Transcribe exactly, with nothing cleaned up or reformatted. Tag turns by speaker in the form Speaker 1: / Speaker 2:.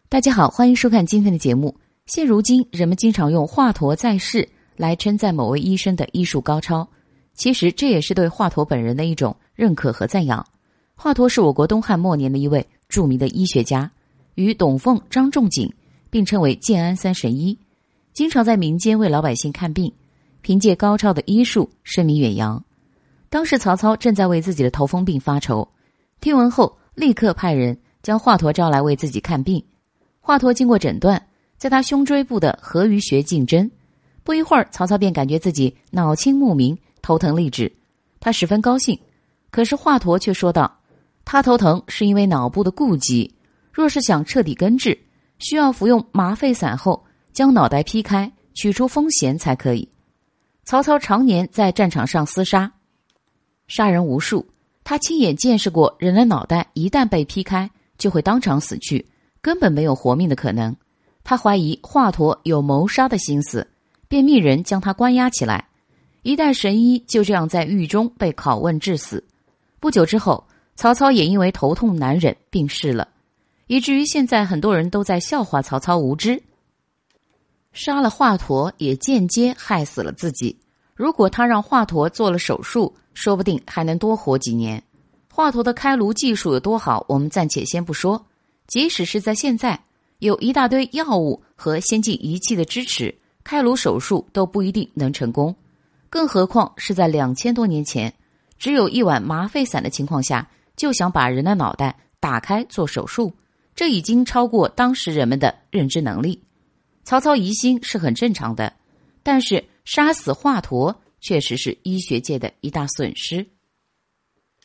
Speaker 1: 大家好，欢迎收看今天的节目。现如今，人们经常用华佗在世来称赞某位医生的医术高超，其实这也是对华佗本人的一种认可和赞扬。华佗是我国东汉末年的一位著名的医学家，与董奉、张仲景并称为建安三神医，经常在民间为老百姓看病，凭借高超的医术声名远扬。当时曹操正在为自己的头风病发愁，听闻后立刻派人将华佗招来为自己看病。华佗经过诊断，在他胸椎部的合于穴进针，不一会儿，曹操便感觉自己脑清目明，头疼立止。他十分高兴，可是华佗却说道，他头疼是因为脑部的痼疾，若是想彻底根治，需要服用麻沸散后将脑袋劈开，取出风涎才可以。曹操常年在战场上厮杀，杀人无数，他亲眼见识过人的脑袋一旦被劈开就会当场死去，根本没有活命的可能。他怀疑华佗有谋杀的心思，便命人将他关押起来。一代神医就这样在狱中被拷问致死。不久之后，曹操也因为头痛难忍病逝了，以至于现在很多人都在笑话曹操无知。杀了华佗也间接害死了自己，如果他让华佗做了手术，说不定还能多活几年。华佗的开颅技术有多好，我们暂且先不说，即使是在现在，有一大堆药物和先进仪器的支持，开颅手术都不一定能成功，更何况是在两千多年前，只有一碗麻沸散的情况下，就想把人的脑袋打开做手术，这已经超过当时人们的认知能力。曹操疑心是很正常的，但是杀死华佗确实是医学界的一大损失。